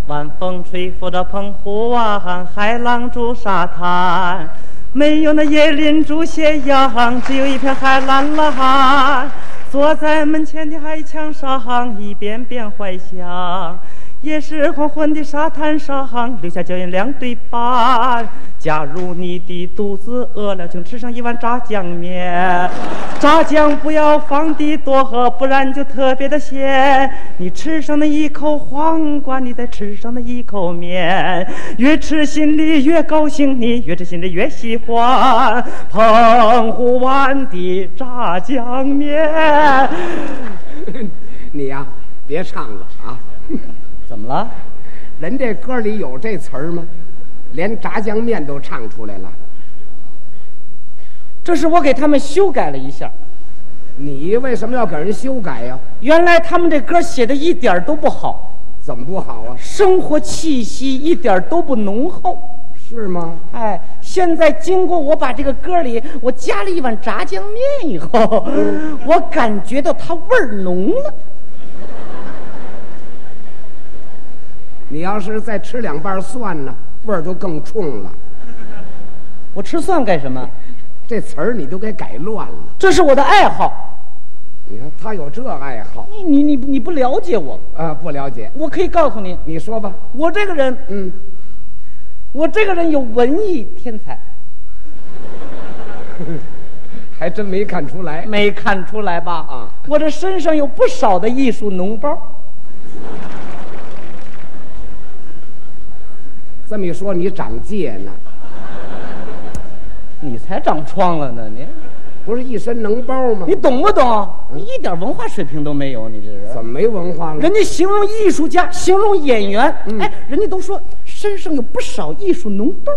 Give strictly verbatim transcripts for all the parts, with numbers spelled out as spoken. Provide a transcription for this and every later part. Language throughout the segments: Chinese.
晚风吹拂着澎湖湾，海浪逐沙滩，没有那椰林竹斜阳，只有一片海蓝蓝。坐在门前的矮墙上，一遍遍怀想，也是黄昏的沙滩上，留下脚印两对半。假如你的肚子饿了，请吃上一碗炸酱面，炸酱不要放的多，不然就特别的咸。你吃上那一口黄瓜，你再吃上那一口面，越吃心里越高兴，你越吃心里越喜欢澎湖湾的炸酱面。 你呀、啊，别唱了啊！ 怎么了？ 人这歌里有这词儿吗？连炸酱面都唱出来了。 这是我给他们修改了一下。 你为什么要给人修改呀、啊？ 原来他们这歌写的一点都不好。 怎么不好啊？ 生活气息一点都不浓厚。 是吗？ 哎，现在经过我把这个歌里我加了一碗炸酱面以后，嗯、我感觉到它味儿浓了。 你要是再吃两瓣蒜呢，味儿就更冲了。 我吃蒜干什么？ 这词儿你都给改乱了。 这是我的爱好。 你看他有这爱好， 你你你你不了解我啊、呃？不了解。 我可以告诉你， 你说吧。 我这个人， 嗯， 我这个人有文艺天才。 还真没看出来。 没看出来吧？啊，我这身上有不少的艺术脓包。 这么一说，你长戒呢？ 你才长疮了呢！你不是一身脓包吗？ 你懂不懂？你一点文化水平都没有，你这是怎么没文化了？ 人家形容艺术家，形容演员，嗯、哎，人家都说身上有不少艺术脓包。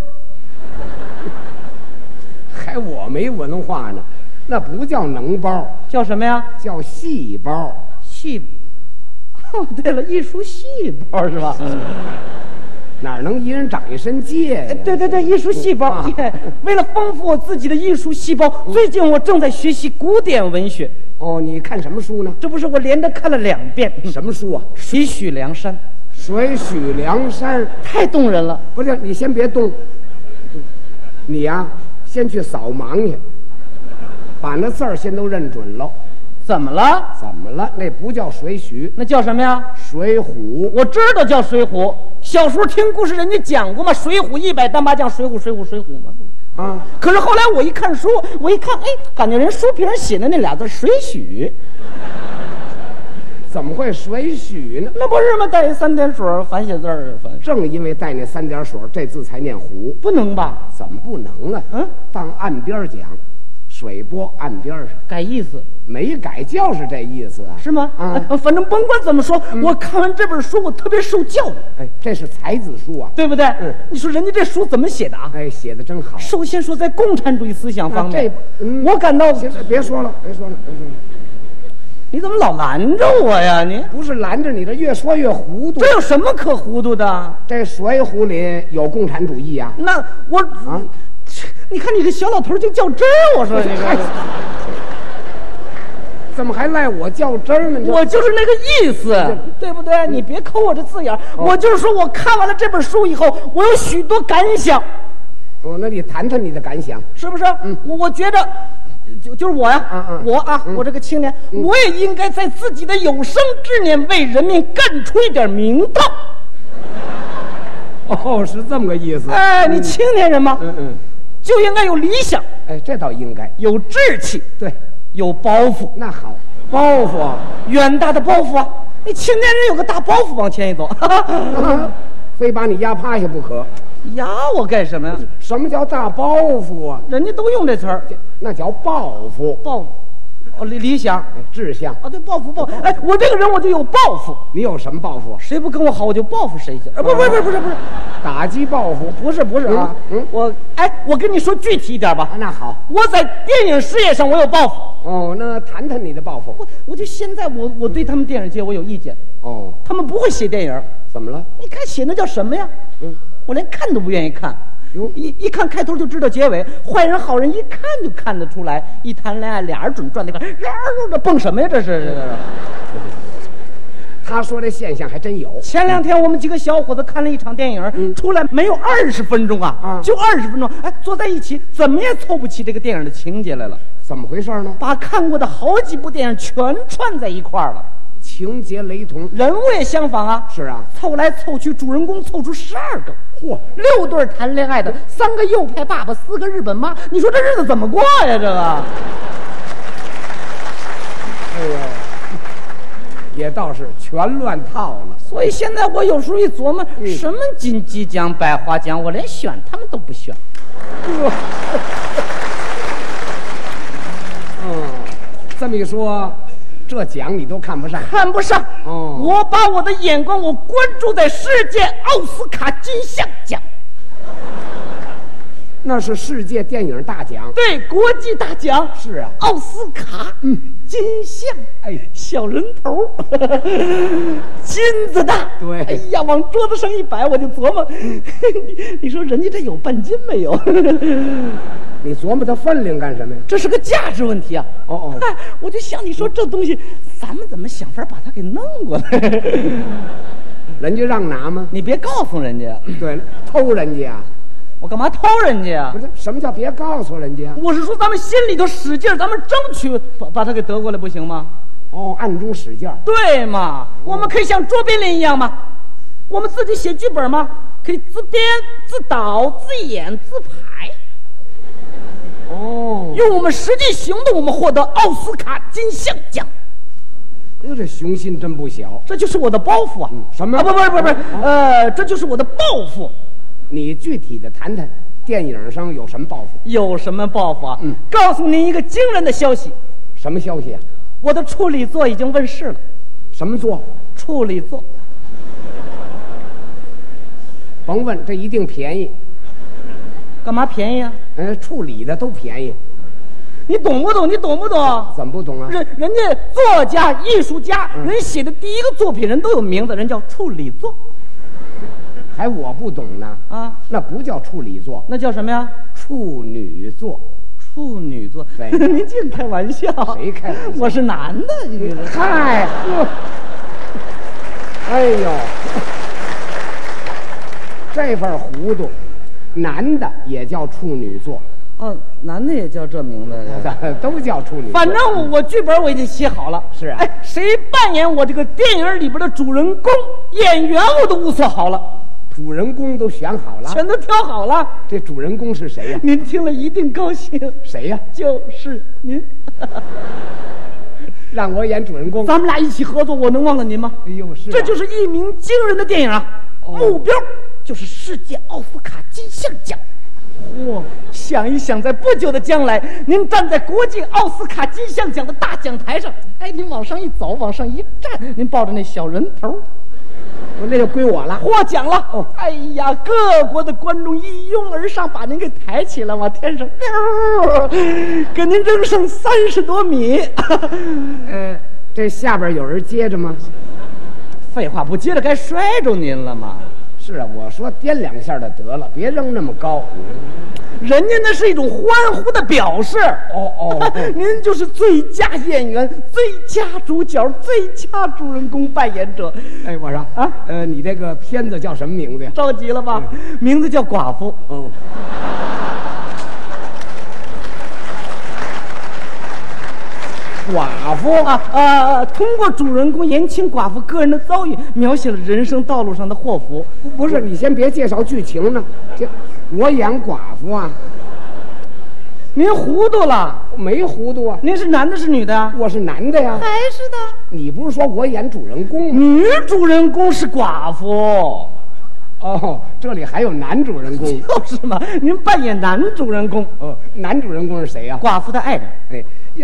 还我没文化呢，那不叫脓包， 叫什么呀？ 叫细胞。 细哦，对了，艺术细胞是吧？嗯， 哪能一人长一身戒呀？ 对对对，艺术细胞。啊、为了丰富我自己的艺术细胞，嗯、最近我正在学习古典文学。 哦，你看什么书呢？ 这不是我连着看了两遍。 什么书啊？ 水许梁山。 水许梁山太动人了。 不是，你先别动，你呀、啊，先去扫盲去，把那字儿先都认准喽。 怎么了？ 怎么了？那不叫水许， 那叫什么呀？ 水浒。 我知道叫水浒，小时候听故事人家讲过嘛，水浒一百单八将，水浒水浒水浒嘛。啊！可是后来我一看书，我一看，哎，感觉人书皮上写的那俩字水许， 怎么会水许呢？ 那不是吗？带三点水，反写字儿。 正因为带那三点水，这字才念浒。 不能吧？ 怎么不能啊？嗯，当岸边讲，水波岸边上， 改意思。 没改就是这意思啊？ 是吗？啊，反正甭管怎么说，嗯、我看完这本书，我特别受教育。 哎，这是才子书啊， 对不对？嗯，你说人家这书怎么写的啊？ 哎，写的真好。 首先说在共产主义思想方面，啊、 这、嗯、 我感到…… 行，别说了，别说了，别说了。 你怎么老拦着我呀？你不是拦着你，这越说越糊涂。 这有什么可糊涂的？ 这水浒里有共产主义呀、啊？ 那我啊，你看你这小老头就较真儿，我说你看。 怎么还赖我较真儿呢？ 我就是那个意思，对不对？嗯、你别抠我这字眼、哦、我就是说我看完了这本书以后，我有许多感想。 哦，那你谈谈你的感想， 是不是？嗯，我我觉着，就就是我呀，嗯嗯、我啊，嗯、我这个青年，嗯、我也应该在自己的有生之年为人民干出一点名堂。 哦，是这么个意思。 哎，你青年人嘛，嗯嗯，就应该有理想。 哎，这倒应该有志气。 对。 有包袱， 那好，包袱， 远大的包袱啊！你青年人有个大包袱往前一走， 啊、非把你压趴下不可。 压我干什么呀？ 什么叫大包袱啊？ 人家都用这词儿， 那叫抱负。 抱负，哦，理理想、 志向啊，对，抱负抱。哎，我这个人我就有抱负。 你有什么抱负？ 谁不跟我好，我就报复谁去。啊，不，不是，不是，不是，不是， 打击报复， 不是，不是啊。嗯，我，哎，我跟你说具体一点吧。 啊、那好， 我在电影事业上我有抱负。 哦，那谈谈你的抱负。 我，我就现在我我对他们电影界我有意见。哦，他们不会写电影。 怎么了？ 你看写那叫什么呀？嗯，我连看都不愿意看。一一看开头就知道结尾，坏人好人一看就看得出来。一谈恋爱，俩人准转那个，绕绕着蹦什么呀？这是， 他说这现象还真有。 前两天我们几个小伙子看了一场电影， 嗯出来没有二十分钟啊， 啊就二十分钟，哎，坐在一起怎么也凑不起这个电影的情节来了， 怎么回事呢？ 把看过的好几部电影全串在一块儿了， 情节雷同， 人物也相仿啊。 是啊， 凑来凑去，主人公凑出十二个， 嚯， 六对谈恋爱的，三个右派爸爸，四个日本妈，你说这日子怎么过呀？这个。 哎呦，也倒是全乱套了。 所以现在我有时候一琢磨，嗯、什么金鸡奖、百花奖，我连选他们都不选。 嗯，这么一说，这奖你都看不上？ 看不上。 哦， 我把我的眼光我关注在世界奥斯卡金像奖。 那是世界电影大奖， 对，国际大奖。 是啊， 奥斯卡，嗯，金像， 哎， 小人头，金子大， 对， 哎呀，往桌子上一摆，我就琢磨，嗯、你, 你说人家这有半斤没有？ 你琢磨它分量干什么呀？ 这是个价值问题啊！ 哦哦， 哎，我就想你说这东西，咱们怎么想法把它给弄过来？ 人家让拿吗？ 你别告诉人家。 对，偷人家啊。 我干嘛偷人家呀？ 不是，什么叫别告诉人家？ 我是说，咱们心里头使劲，咱们争取把把他给得过来，不行吗？ 哦，暗中使劲。 对嘛？我们可以像卓别林一样吗？我们自己写剧本吗？可以自编、自导、自演、自拍。 哦， 用我们实际行动，我们获得奥斯卡金像奖。 哟，这雄心真不小。 这就是我的抱负啊！ 嗯、什么？ 啊，不不不不不，呃，这就是我的抱负。 你具体的谈谈，电影上有什么抱负？ 有什么抱负啊？ 嗯， 告诉您一个惊人的消息。 什么消息啊？ 我的处女作已经问世了。 什么作？ 处女作。 甭问，这一定便宜。 干嘛便宜啊？ 哎，处理的都便宜。 你懂不懂？你懂不懂？ 怎么不懂啊？ 人人家作家、艺术家，嗯、人写的第一个作品，人都有名字，人叫处女作。 还我不懂呢啊， 那不叫处理作， 那叫什么呀？ 处女作。 处女作， 对， 您净开玩笑。 谁开玩笑？ 我是男的，你嗨，哎呦，这份糊涂，男的也叫处女作。 哦，男的也叫这名字， 都叫处女。 反正我我剧本我已经写好了。 是啊， 哎，谁扮演我这个电影里边的主人公，演员我都物色好了。 主人公都选好了， 全都挑好了。 这主人公是谁呀？ 您听了一定高兴。 谁呀？ 就是您。 让我演主人公， 咱们俩一起合作，我能忘了您吗？ 哎呦，是、啊， 这就是一鸣惊人的电影啊！哦、目标就是世界奥斯卡金像奖。哇，想一想，在不久的将来，您站在国际奥斯卡金像奖的大讲台上，哎，您往上一走，往上一站，您抱着那小人头。 那就归我了， 获奖了！哦，哎呀，各国的观众一拥而上，把您给抬起来，往天上，给您扔上三十多米。 呃，这下边有人接着吗？ 废话，不接着该摔着您了吗？ 是啊，我说颠两下的得了，别扔那么高。 人家那是一种欢呼的表示。 哦哦， 您就是最佳演员、最佳主角、最佳主人公扮演者。 哎，我说啊，呃，你这个片子叫什么名字呀？ 着急了吧？嗯、名字叫《寡妇》。 哦。寡妇啊啊！通过主人公言情寡妇个人的遭遇，描写了人生道路上的祸福。 不是，你先别介绍剧情呢。这我演寡妇啊。 您糊涂了？ 没糊涂啊。 您是男的是女的呀？ 我是男的呀。 还是的。 你不是说我演主人公吗？ 女主人公是寡妇。 哦，这里还有男主人公。 就是嘛，您扮演男主人公。 哦，男主人公是谁呀？ 寡妇的爱人。 哎呀。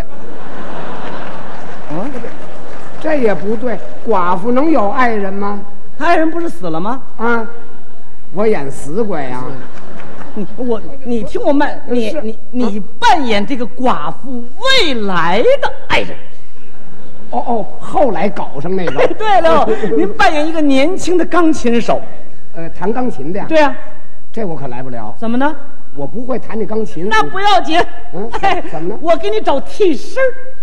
啊，这也不对，寡妇能有爱人吗？ 爱人不是死了吗？ 啊，我演死鬼啊！ 你我你听我慢，你你你扮演这个寡妇未来的爱人。 哦哦，后来搞上那个。 对了，您扮演一个年轻的钢琴手， 呃，弹钢琴的呀？ 对呀， 这我可来不了。 怎么呢？ 我不会弹那钢琴。 那不要紧。 嗯，怎么呢？ 我给你找替身。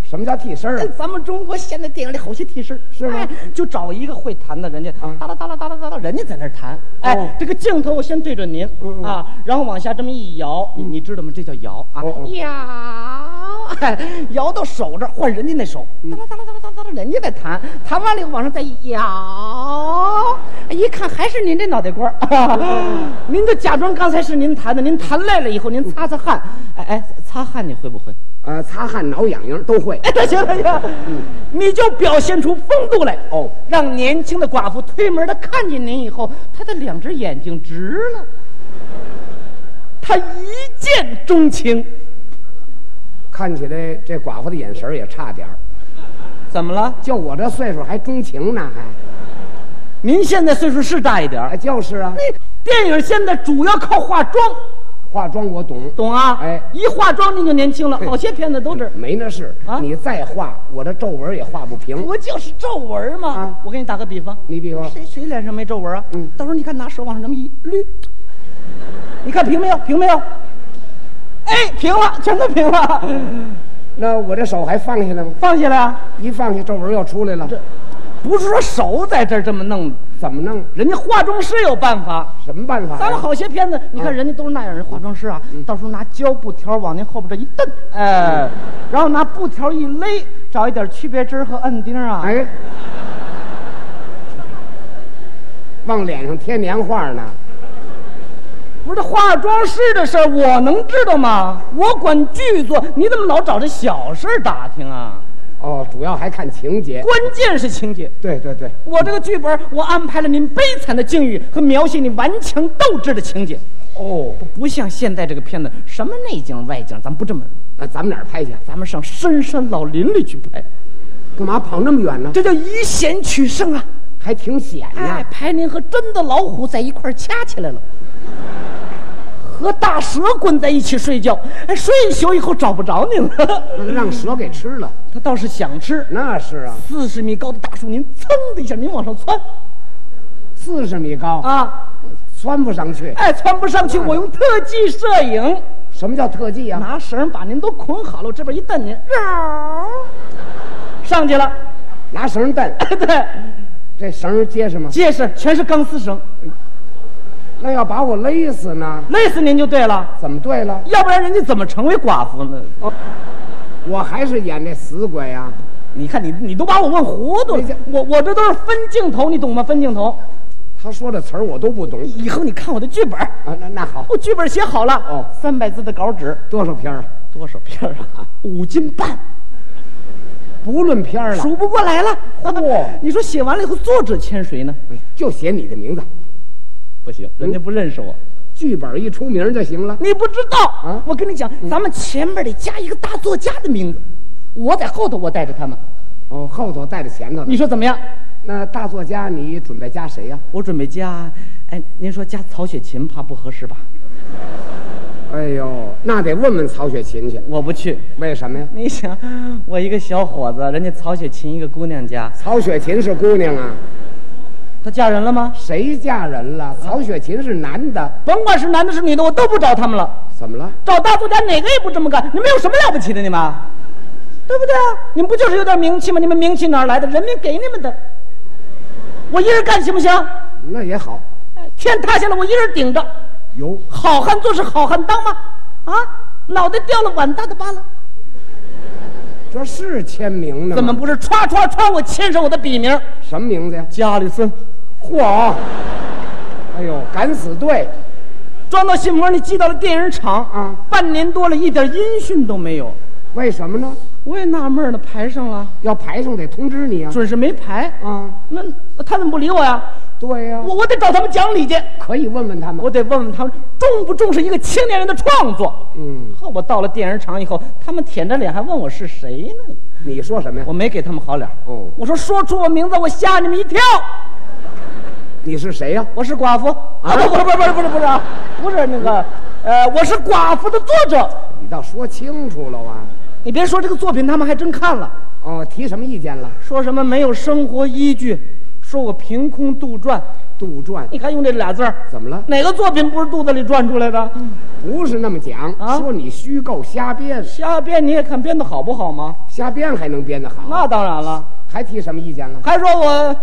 什么叫替身啊？ 咱们中国现在电影里好些替身， 是吗哎就找一个会弹的人家， 啊哒啦哒啦哒啦哒啦，人家在那儿弹。哎， 哦这个镜头我先对着您嗯嗯啊，然后往下这么一摇，你你知道吗？这叫摇啊， 哦哦摇，哎，摇到手这儿换人家那手，哒啦哒啦哒啦哒啦哒啦，人家在弹，弹完了以后往上再一摇，一看还是您这脑袋瓜儿，您就假装刚才是您弹的，您弹累了以后您擦擦汗，哎哎，擦汗你会不会？ 呃，擦汗、挠痒痒都会。 哎，对行了行，你就表现出风度来哦， 让年轻的寡妇推门的看见您以后，她的两只眼睛直了，她一见钟情。 看起来这寡妇的眼神也差点儿， 怎么了？ 就我这岁数还钟情呢，还。 您现在岁数是大一点哎， 儿， 就是啊， 电影现在主要靠化妆， 化妆我懂， 懂啊？ 哎一化妆您就年轻了， 嘿好些片子都是。 没那事啊你再画，我这皱纹也画不平。 不就是皱纹吗？ 啊我给你打个比方， 你比方， 谁谁脸上没皱纹啊？ 嗯到时候你看拿手往上这么一捋，你看平没有？平没有？哎，平了，全都平了。 那我这手还放下来吗？ 放下来啊！ 一放下，皱纹又出来了。 这不是说手在这儿这么弄， 怎么弄？ 人家化妆师有办法。 什么办法呀？ 咱们好些片子，你看人家都是那样，人化妆师啊，到时候拿胶布条往您后边这一蹬，哎，然后拿布条一勒，找一点区别针和摁钉啊， 哎，往脸上贴年画呢。 不是这化妆师的事儿，我能知道吗？我管剧作，你怎么老找这小事儿打听啊？ 哦，主要还看情节。 关键是情节。 对对对， 我这个剧本，我安排了您悲惨的境遇和描写你顽强斗志的情节， 哦， 不不像现在这个片子，什么内景外景，咱不这么， 那咱们哪儿拍去？ 咱们上深山老林里去拍， 干嘛跑那么远呢？ 这叫以险取胜啊！ 还挺险呀哎，。拍您和真的老虎在一块儿掐起来了。和大蛇滚在一起睡觉，哎，睡一宿以后找不着您了。 让蛇给吃了。 他倒是想吃。 那是啊， 四十米高的大树，您噌的一下，您往上窜四十米高， 啊！ 窜不上去。 哎，窜不上去，我用特技摄影， 什么叫特技呀？ 拿绳把您都捆好了，我这边一蹬您，绕上去了。 拿绳蹬， 对， 这绳结实吗？ 结实，全是钢丝绳， 那要把我勒死呢？ 累死您就对了。 怎么对了？ 要不然人家怎么成为寡妇呢？ 哦，我还是演这死鬼呀、 你看你，你都把我问糊涂了没事。 我我这都是分镜头，你懂吗？分镜头。 他说的词儿我都不懂以后你看我的剧本， 啊。那那好， 我剧本写好了， 哦三百字的稿纸， 多少篇儿啊？ 多少片儿啊？五斤半， 不论篇儿了， 数不过来了。 嚯你说写完了以后，作者签谁呢？ 就写你的名字， 不行，人家不认识我。 剧本一出名就行了。 你不知道啊我跟你讲，咱们前面得加一个大作家的名字，我在后头，我带着他们。 哦，后头带着前头的。 你说怎么样？ 那大作家你准备加谁呀、 我准备加，哎，您说加曹雪芹，怕不合适吧？ 哎呦，那得问问曹雪芹去。 我不去。 为什么呀？ 你想，我一个小伙子，人家曹雪芹一个姑娘家， 曹雪芹是姑娘啊， 她嫁人了吗？ 谁嫁人了？曹雪芹是男的， 甭管是男的是女的，我都不找他们了。 怎么了？ 找大作家哪个也不这么干，你们有什么了不起的？你们，对不对啊？你们不就是有点名气吗？你们名气哪儿来的？人民给你们的。我一人干行不行？ 那也好。 天塌下来我一人顶着。 有好汉做事好汉当吗？啊，脑袋掉了碗大的疤了。 这是签名呢吗？ 怎么不是歘歘歘？我签上我的笔名， 什么名字呀？ 加里森， 嚯！哎呦，敢死队装到信封里寄到了电影厂啊！ 半年多了，一点音讯都没有。 为什么呢？ 我也纳闷呢，排上了， 要排上得通知你呀、 准是没排。 啊。 那他怎么不理我呀？ 对呀、 我我得找他们讲理去。 可以问问他们。 我得问问他们重不重视一个青年人的创作。 嗯， 呵，我到了电影厂以后，他们舔着脸还问我是谁呢。 你说什么呀我？没给他们好脸。 哦我说说出我名字，我吓你们一跳。 你是谁呀、 我是寡妇啊！不不不不是不是不是啊，不是那个，呃，我是寡妇的作者。 你倒说清楚了啊！ 你别说这个作品，他们还真看了， 哦，提什么意见了？ 说什么没有生活依据， 说我凭空杜撰。 杜撰？ 你看用这俩字儿， 怎么了？ 哪个作品不是肚子里转出来的？ 不是那么讲， 啊、 说你虚构瞎编。 瞎编你也看编的好不好吗？ 瞎编还能编得好？ 那当然了。 还提什么意见了？ 还说我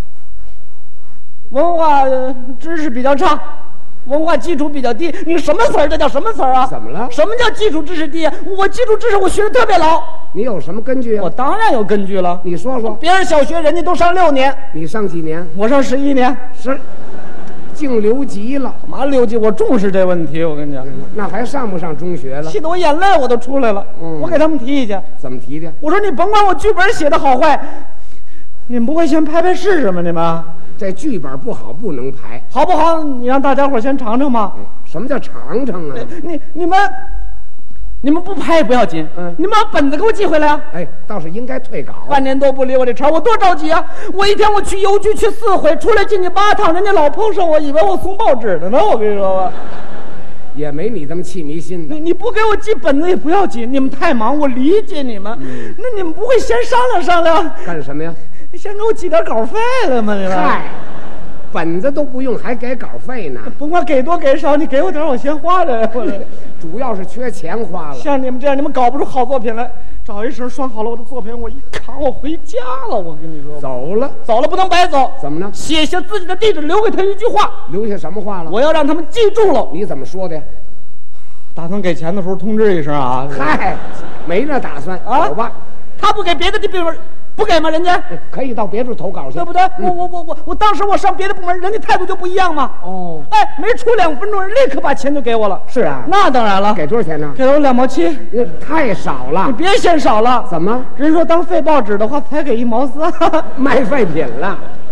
文化知识比较差，文化基础比较低。你什么词儿？这叫什么词儿啊？ 怎么了？ 什么叫基础知识低？我基础知识我学的特别牢。 你有什么根据啊？ 我当然有根据了。 你说说。 别人小学人家都上六年， 你上几年？ 我上十一年。 是，净留级了。 干嘛留级？我重视这问题。我跟你讲， 那还上不上中学了？ 气得我眼泪我都出来了。嗯，我给他们提意见。 怎么提的？ 我说你甭管我剧本写的好坏，你们不会先拍拍试试吗？你们这剧本不好不能排， 好不好？你让大家伙先尝尝吗？ 什么叫尝尝啊？ 你你们你们不拍也不要紧，嗯，你们把本子给我寄回来啊！ 哎，倒是应该退稿。 半年多不理我这茬，我多着急啊！我一天我去邮局去四回，出来进去八趟，人家老碰上我，以为我送报纸的呢。我跟你说吧， 也没你这么气迷心的。 你你不给我寄本子也不要紧，你们太忙，我理解你们。嗯、那你们不会先商量商量？ 干什么呀？ 你先给我寄点稿费了吗？你们嗨，本子都不用，还给稿费呢？ 甭管给多给少，你给我点，我先花着。 主要是缺钱花了。 像你们这样，你们搞不出好作品来。找一声拴好了我的作品，我一扛，我回家了。我跟你说， 走了， 走了不能白走。 怎么呢？ 写下自己的地址，留给他一句话。 留下什么话了？ 我要让他们记住了。 你怎么说的？ 打算给钱的时候通知一声啊。 嗨，没那打算啊。走吧。 他不给别的地方。不给吗？人家可以到别处投稿去， 对不对？嗯、我我我我我当时我上别的部门，人家态度就不一样嘛。哦，哎，没出两分钟，人立刻把钱就给我了。 是啊， 那当然了。 给多少钱呢？ 给了我两毛七。 太少了。 你别嫌少了。 怎么？ 人说当废报纸的话，才给一毛四。 卖废品了。